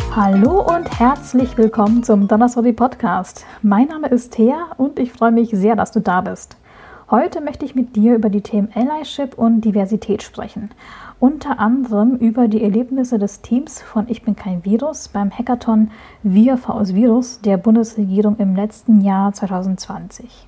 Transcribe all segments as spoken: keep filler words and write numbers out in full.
Hallo und herzlich willkommen zum Donnerstag Podcast. Mein Name ist Thea und ich freue mich sehr, dass du da bist. Heute möchte ich mit dir über die Themen Allyship und Diversität sprechen. Unter anderem über die Erlebnisse des Teams von Ich bin kein Virus beim Hackathon Wir vs Virus der Bundesregierung im letzten Jahr zwanzig zwanzig.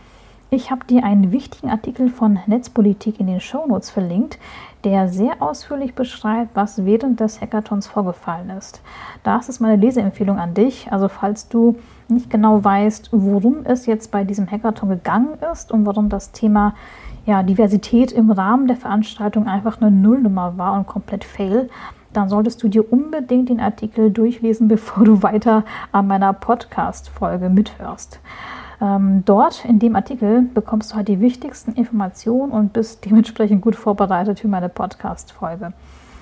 Ich habe dir einen wichtigen Artikel von Netzpolitik in den Shownotes verlinkt, der sehr ausführlich beschreibt, was während des Hackathons vorgefallen ist. Das ist meine Leseempfehlung an dich. Also falls du nicht genau weißt, worum es jetzt bei diesem Hackathon gegangen ist und warum das Thema ja, Diversität im Rahmen der Veranstaltung einfach eine Nullnummer war und komplett fail, dann solltest du dir unbedingt den Artikel durchlesen, bevor du weiter an meiner Podcast-Folge mithörst. Ähm, dort in dem Artikel bekommst du halt die wichtigsten Informationen und bist dementsprechend gut vorbereitet für meine Podcast-Folge.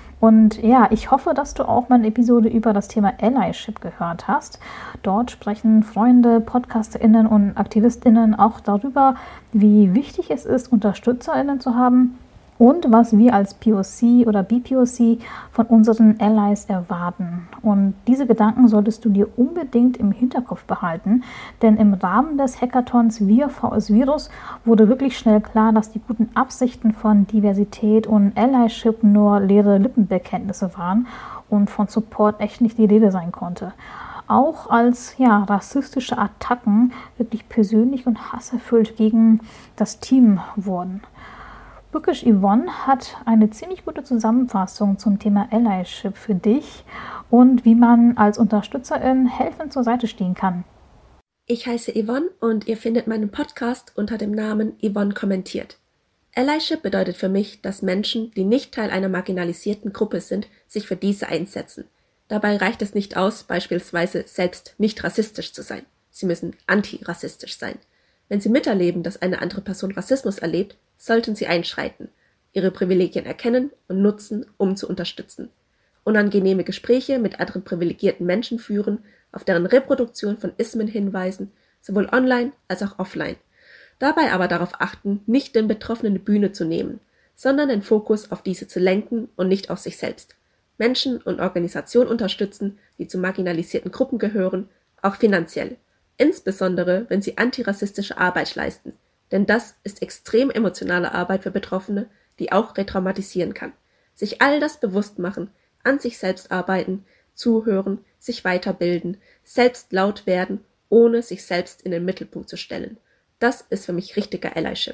Und ja, ich hoffe, dass du auch meine Episode über das Thema Allyship gehört hast. Dort sprechen Freunde, PodcasterInnen und AktivistInnen auch darüber, wie wichtig es ist, UnterstützerInnen zu haben und was wir als P O C oder B P O C von unseren Allies erwarten. Und diese Gedanken solltest du dir unbedingt im Hinterkopf behalten, denn im Rahmen des Hackathons Wir vs Virus wurde wirklich schnell klar, dass die guten Absichten von Diversität und Allyship nur leere Lippenbekenntnisse waren und von Support echt nicht die Rede sein konnte. Auch als ja, rassistische Attacken wirklich persönlich und hasserfüllt gegen das Team wurden. Bookish Yvonne hat eine ziemlich gute Zusammenfassung zum Thema Allyship für dich und wie man als Unterstützerin helfend zur Seite stehen kann. Ich heiße Yvonne und ihr findet meinen Podcast unter dem Namen Yvonne kommentiert. Allyship bedeutet für mich, dass Menschen, die nicht Teil einer marginalisierten Gruppe sind, sich für diese einsetzen. Dabei reicht es nicht aus, beispielsweise selbst nicht rassistisch zu sein. Sie müssen antirassistisch sein. Wenn sie miterleben, dass eine andere Person Rassismus erlebt, sollten sie einschreiten, ihre Privilegien erkennen und nutzen, um zu unterstützen. Unangenehme Gespräche mit anderen privilegierten Menschen führen, auf deren Reproduktion von Ismen hinweisen, sowohl online als auch offline. Dabei aber darauf achten, nicht den Betroffenen die Bühne zu nehmen, sondern den Fokus auf diese zu lenken und nicht auf sich selbst. Menschen und Organisationen unterstützen, die zu marginalisierten Gruppen gehören, auch finanziell. Insbesondere, wenn sie antirassistische Arbeit leisten. Denn das ist extrem emotionale Arbeit für Betroffene, die auch retraumatisieren kann. Sich all das bewusst machen, an sich selbst arbeiten, zuhören, sich weiterbilden, selbst laut werden, ohne sich selbst in den Mittelpunkt zu stellen. Das ist für mich richtiger Allyship.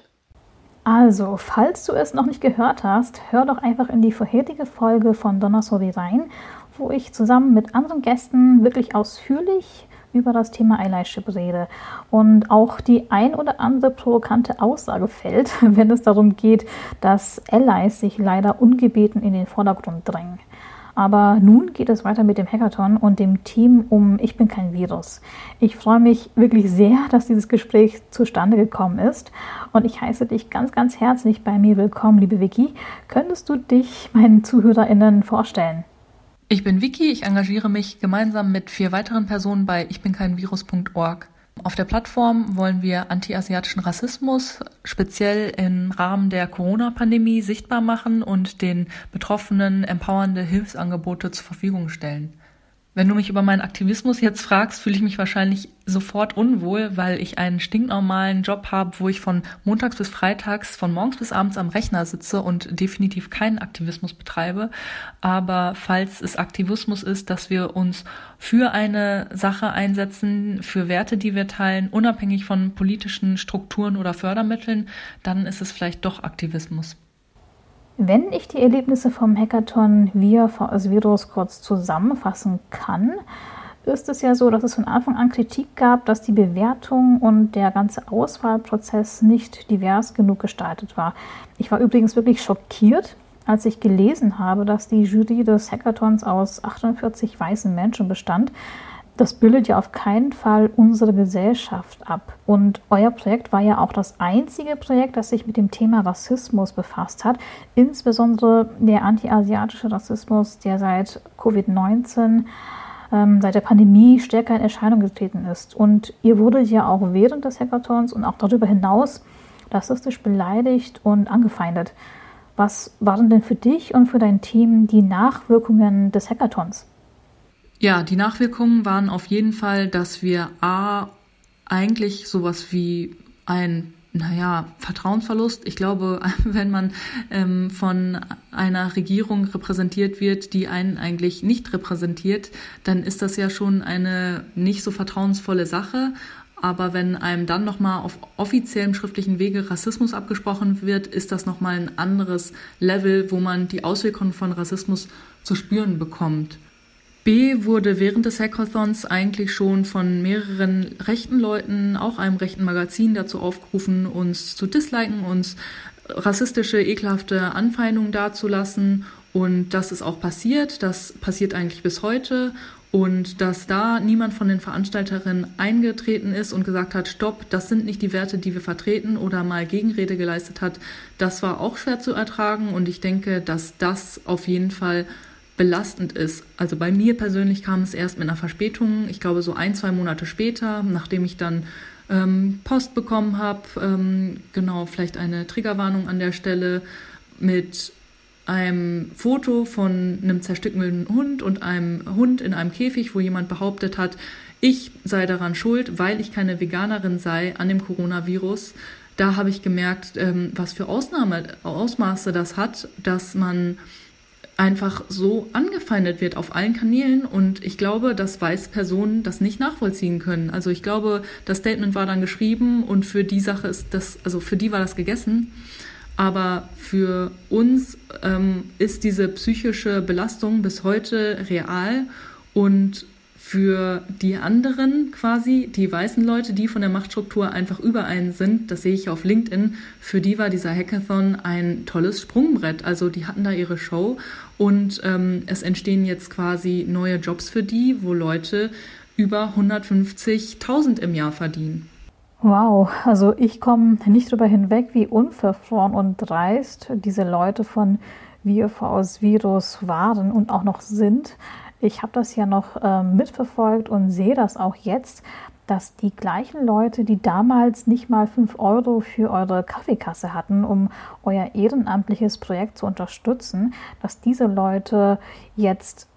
Also, falls du es noch nicht gehört hast, hör doch einfach in die vorherige Folge von Donnerstag rein, wo ich zusammen mit anderen Gästen wirklich ausführlich über das Thema Allyship rede und auch die ein oder andere provokante Aussage fällt, wenn es darum geht, dass Allies sich leider ungebeten in den Vordergrund drängen. Aber nun geht es weiter mit dem Hackathon und dem Team um Ich bin kein Virus. Ich freue mich wirklich sehr, dass dieses Gespräch zustande gekommen ist und ich heiße dich ganz, ganz herzlich bei mir willkommen, liebe Vicky. Könntest du dich meinen ZuhörerInnen vorstellen? Ich bin Vicky, ich engagiere mich gemeinsam mit vier weiteren Personen bei ich bin kein virus punkt org. Auf der Plattform wollen wir anti-asiatischen Rassismus speziell im Rahmen der Corona-Pandemie sichtbar machen und den Betroffenen empowernde Hilfsangebote zur Verfügung stellen. Wenn du mich über meinen Aktivismus jetzt fragst, fühle ich mich wahrscheinlich sofort unwohl, weil ich einen stinknormalen Job habe, wo ich von montags bis freitags, von morgens bis abends am Rechner sitze und definitiv keinen Aktivismus betreibe. Aber falls es Aktivismus ist, dass wir uns für eine Sache einsetzen, für Werte, die wir teilen, unabhängig von politischen Strukturen oder Fördermitteln, dann ist es vielleicht doch Aktivismus. Wenn ich die Erlebnisse vom Hackathon Wir vs Virus kurz zusammenfassen kann, ist es ja so, dass es von Anfang an Kritik gab, dass die Bewertung und der ganze Auswahlprozess nicht divers genug gestaltet war. Ich war übrigens wirklich schockiert, als ich gelesen habe, dass die Jury des Hackathons aus achtundvierzig weißen Menschen bestand. Das bildet ja auf keinen Fall unsere Gesellschaft ab. Und euer Projekt war ja auch das einzige Projekt, das sich mit dem Thema Rassismus befasst hat. Insbesondere der anti-asiatische Rassismus, der seit Covid neunzehn, ähm, seit der Pandemie stärker in Erscheinung getreten ist. Und ihr wurdet ja auch während des Hackathons und auch darüber hinaus rassistisch beleidigt und angefeindet. Was waren denn für dich und für dein Team die Nachwirkungen des Hackathons? Ja, die Nachwirkungen waren auf jeden Fall, dass wir A, eigentlich sowas wie ein, naja, Vertrauensverlust. Ich glaube, wenn man ähm, von einer Regierung repräsentiert wird, die einen eigentlich nicht repräsentiert, dann ist das ja schon eine nicht so vertrauensvolle Sache. Aber wenn einem dann nochmal auf offiziellem schriftlichen Wege Rassismus abgesprochen wird, ist das nochmal ein anderes Level, wo man die Auswirkungen von Rassismus zu spüren bekommt. B wurde während des Hackathons eigentlich schon von mehreren rechten Leuten, auch einem rechten Magazin, dazu aufgerufen, uns zu disliken, uns rassistische, ekelhafte Anfeindungen dazulassen. Und das ist auch passiert. Das passiert eigentlich bis heute. Und dass da niemand von den Veranstalterinnen eingetreten ist und gesagt hat, stopp, das sind nicht die Werte, die wir vertreten, oder mal Gegenrede geleistet hat, das war auch schwer zu ertragen. Und ich denke, dass das auf jeden Fall belastend ist. Also bei mir persönlich kam es erst mit einer Verspätung, ich glaube so ein, zwei Monate später, nachdem ich dann ähm, Post bekommen habe, ähm, genau, vielleicht eine Triggerwarnung an der Stelle mit einem Foto von einem zerstückelten Hund und einem Hund in einem Käfig, wo jemand behauptet hat, ich sei daran schuld, weil ich keine Veganerin sei an dem Coronavirus. Da habe ich gemerkt, ähm, was für Ausnahme, Ausmaße das hat, dass man einfach so angefeindet wird auf allen Kanälen, und ich glaube, dass weiße Personen das nicht nachvollziehen können. Also ich glaube, das Statement war dann geschrieben und für die Sache ist das, also für die war das gegessen. Aber für uns ähm, ist diese psychische Belastung bis heute real, und für die anderen quasi, die weißen Leute, die von der Machtstruktur einfach über einen sind, das sehe ich auf LinkedIn, für die war dieser Hackathon ein tolles Sprungbrett. Also die hatten da ihre Show, und ähm, es entstehen jetzt quasi neue Jobs für die, wo Leute über hundertfünfzigtausend im Jahr verdienen. Wow, also ich komme nicht darüber hinweg, wie unverfroren und dreist diese Leute von Wir vs. Virus waren und auch noch sind. Ich habe das ja noch äh, mitverfolgt und sehe das auch jetzt, dass die gleichen Leute, die damals nicht mal fünf Euro für eure Kaffeekasse hatten, um euer ehrenamtliches Projekt zu unterstützen, dass diese Leute jetzt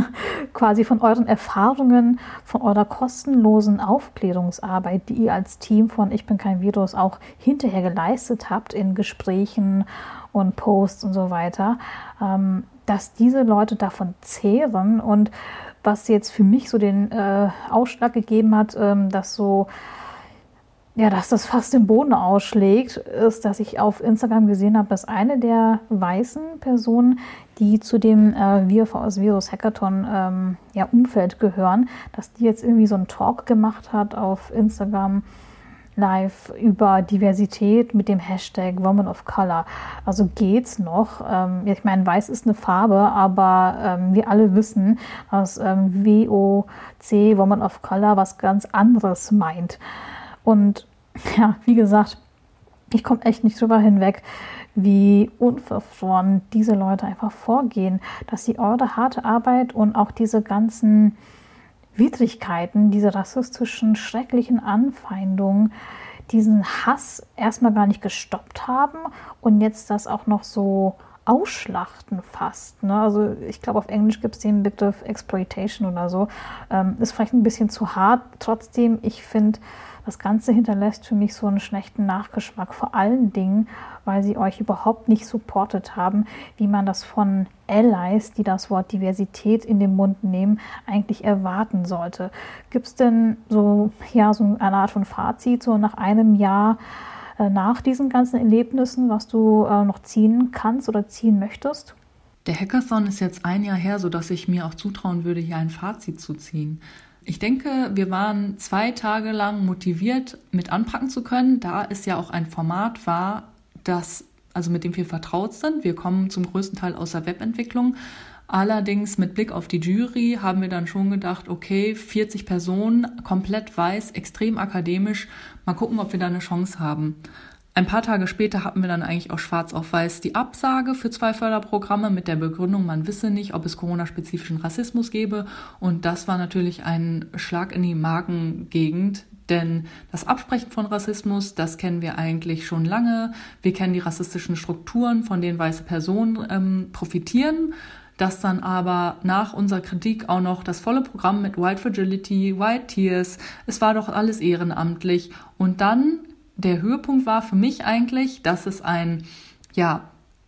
quasi von euren Erfahrungen, von eurer kostenlosen Aufklärungsarbeit, die ihr als Team von Ich bin kein Virus auch hinterher geleistet habt in Gesprächen und Posts und so weiter, ähm, dass diese Leute davon zehren. Und was jetzt für mich so den äh, Ausschlag gegeben hat, ähm, dass so ja, dass das fast den Boden ausschlägt, ist, dass ich auf Instagram gesehen habe, dass eine der weißen Personen, die zu dem äh, Wir vs. Virus Hackathon ähm, ja, Umfeld gehören, dass die jetzt irgendwie so einen Talk gemacht hat auf Instagram Live über Diversität mit dem Hashtag Woman of Color. Also geht's noch? Ähm, ich meine, weiß ist eine Farbe, aber ähm, wir alle wissen, dass ähm, W O C, Woman of Color, was ganz anderes meint. Und ja, wie gesagt, ich komme echt nicht drüber hinweg, wie unverfroren diese Leute einfach vorgehen, dass sie eure harte Arbeit und auch diese ganzen Widrigkeiten, diese rassistischen, schrecklichen Anfeindungen, diesen Hass erstmal gar nicht gestoppt haben und jetzt das auch noch so ausschlachten fast. Ne? Also ich glaube, auf Englisch gibt es den Begriff Exploitation oder so. Ähm, ist vielleicht ein bisschen zu hart. Trotzdem, ich finde, das Ganze hinterlässt für mich so einen schlechten Nachgeschmack. Vor allen Dingen, weil sie euch überhaupt nicht supportet haben, wie man das von Allies, die das Wort Diversität in den Mund nehmen, eigentlich erwarten sollte. Gibt es denn so, ja, so eine Art von Fazit, so nach einem Jahr äh, nach diesen ganzen Erlebnissen, was du äh, noch ziehen kannst oder ziehen möchtest? Der Hackathon ist jetzt ein Jahr her, sodass ich mir auch zutrauen würde, hier ein Fazit zu ziehen. Ich denke, wir waren zwei Tage lang motiviert, mit anpacken zu können, da es ja auch ein Format war, das, also mit dem wir vertraut sind. Wir kommen zum größten Teil aus der Webentwicklung. Allerdings mit Blick auf die Jury haben wir dann schon gedacht, okay, vierzig Personen, komplett weiß, extrem akademisch, mal gucken, ob wir da eine Chance haben. Ein paar Tage später hatten wir dann eigentlich auch schwarz auf weiß die Absage für zwei Förderprogramme mit der Begründung, man wisse nicht, ob es Corona-spezifischen Rassismus gäbe. Und das war natürlich ein Schlag in die Magengegend, denn das Absprechen von Rassismus, das kennen wir eigentlich schon lange. Wir kennen die rassistischen Strukturen, von denen weiße Personen ähm, profitieren. dass dann aber nach unserer Kritik auch noch das volle Programm mit White Fragility, White Tears, es war doch alles ehrenamtlich. Und dann der Höhepunkt war für mich eigentlich, dass es ein, ja,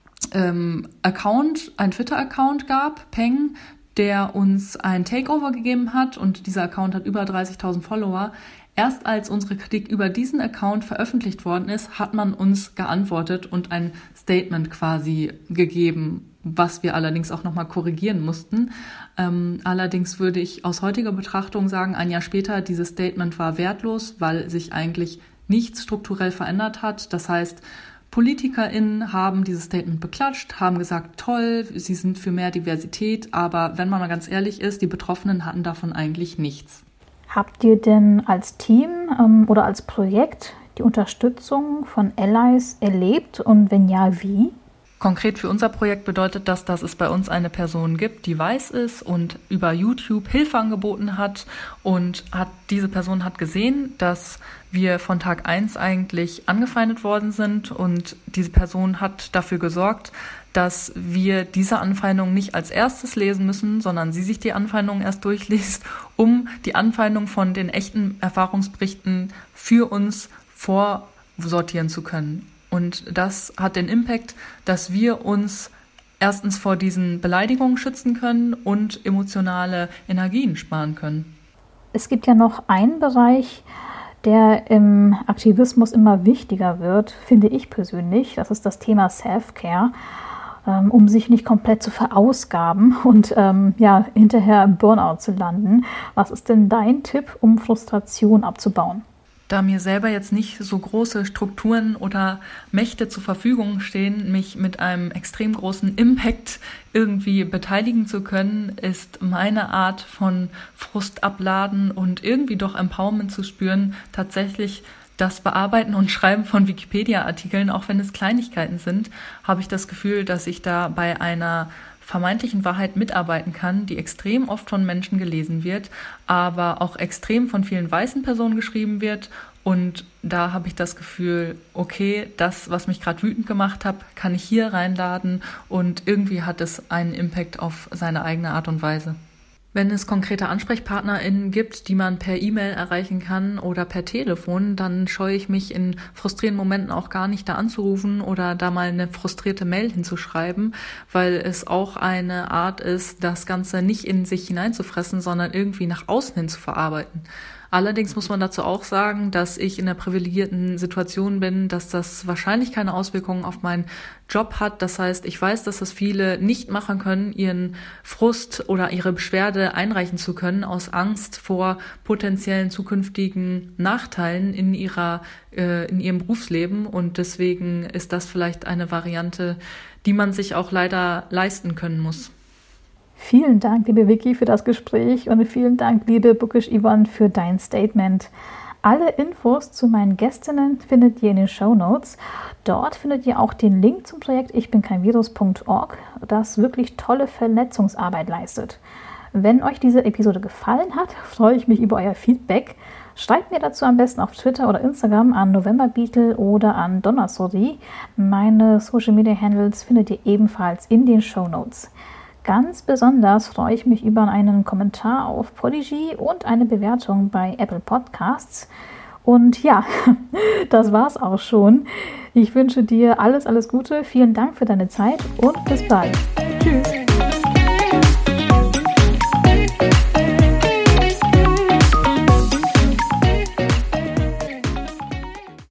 ähm, Account, ein Twitter-Account gab, Peng, der uns ein Takeover gegeben hat und dieser Account hat über dreißigtausend Follower. Erst als unsere Kritik über diesen Account veröffentlicht worden ist, hat man uns geantwortet und ein Statement quasi gegeben, was wir allerdings auch nochmal korrigieren mussten. Ähm, allerdings würde ich aus heutiger Betrachtung sagen, ein Jahr später, dieses Statement war wertlos, weil sich eigentlich nichts strukturell verändert hat. Das heißt, PolitikerInnen haben dieses Statement beklatscht, haben gesagt, toll, sie sind für mehr Diversität, aber wenn man mal ganz ehrlich ist, die Betroffenen hatten davon eigentlich nichts. Habt ihr denn als Team ähm, oder als Projekt die Unterstützung von Allies erlebt und wenn ja, wie? Konkret für unser Projekt bedeutet das, dass es bei uns eine Person gibt, die weiß ist und über YouTube Hilfe angeboten hat und hat, diese Person hat gesehen, dass wir von Tag eins eigentlich angefeindet worden sind und diese Person hat dafür gesorgt, dass wir diese Anfeindung nicht als erstes lesen müssen, sondern sie sich die Anfeindung erst durchliest, um die Anfeindung von den echten Erfahrungsberichten für uns vorsortieren zu können. Und das hat den Impact, dass wir uns erstens vor diesen Beleidigungen schützen können und emotionale Energien sparen können. Es gibt ja noch einen Bereich, der im Aktivismus immer wichtiger wird, finde ich persönlich. Das ist das Thema Self-Care, ähm, um sich nicht komplett zu verausgaben und ähm, ja, hinterher im Burnout zu landen. Was ist denn dein Tipp, um Frustration abzubauen? Da mir selber jetzt nicht so große Strukturen oder Mächte zur Verfügung stehen, mich mit einem extrem großen Impact irgendwie beteiligen zu können, ist meine Art von Frust abladen und irgendwie doch Empowerment zu spüren, tatsächlich das Bearbeiten und Schreiben von Wikipedia-Artikeln, auch wenn es Kleinigkeiten sind, habe ich das Gefühl, dass ich da bei einer vermeintlichen Wahrheit mitarbeiten kann, die extrem oft von Menschen gelesen wird, aber auch extrem von vielen weißen Personen geschrieben wird. Und da habe ich das Gefühl, okay, das, was mich gerade wütend gemacht hat, kann ich hier reinladen und irgendwie hat es einen Impact auf seine eigene Art und Weise. Wenn es konkrete AnsprechpartnerInnen gibt, die man per E-Mail erreichen kann oder per Telefon, dann scheue ich mich in frustrierenden Momenten auch gar nicht da anzurufen oder da mal eine frustrierte Mail hinzuschreiben, weil es auch eine Art ist, das Ganze nicht in sich hineinzufressen, sondern irgendwie nach außen hin zu verarbeiten. Allerdings muss man dazu auch sagen, dass ich in der privilegierten Situation bin, dass das wahrscheinlich keine Auswirkungen auf meinen Job hat. Das heißt, ich weiß, dass das viele nicht machen können, ihren Frust oder ihre Beschwerde einreichen zu können, aus Angst vor potenziellen zukünftigen Nachteilen in ihrer, äh, in ihrem Berufsleben. Und deswegen ist das vielleicht eine Variante, die man sich auch leider leisten können muss. Vielen Dank, liebe Vicky, für das Gespräch und vielen Dank, liebe Bookish Yvonne, für dein Statement. Alle Infos zu meinen Gästinnen findet ihr in den Shownotes. Dort findet ihr auch den Link zum Projekt ich bin kein Virus punkt org, das wirklich tolle Vernetzungsarbeit leistet. Wenn euch diese Episode gefallen hat, freue ich mich über euer Feedback. Schreibt mir dazu am besten auf Twitter oder Instagram an Novemberbeetle oder an Donnersody. Meine Social Media Handles findet ihr ebenfalls in den Shownotes. Ganz besonders freue ich mich über einen Kommentar auf Podigy und eine Bewertung bei Apple Podcasts. Und ja, das war's auch schon. Ich wünsche dir alles, alles Gute. Vielen Dank für deine Zeit und bis bald. Tschüss.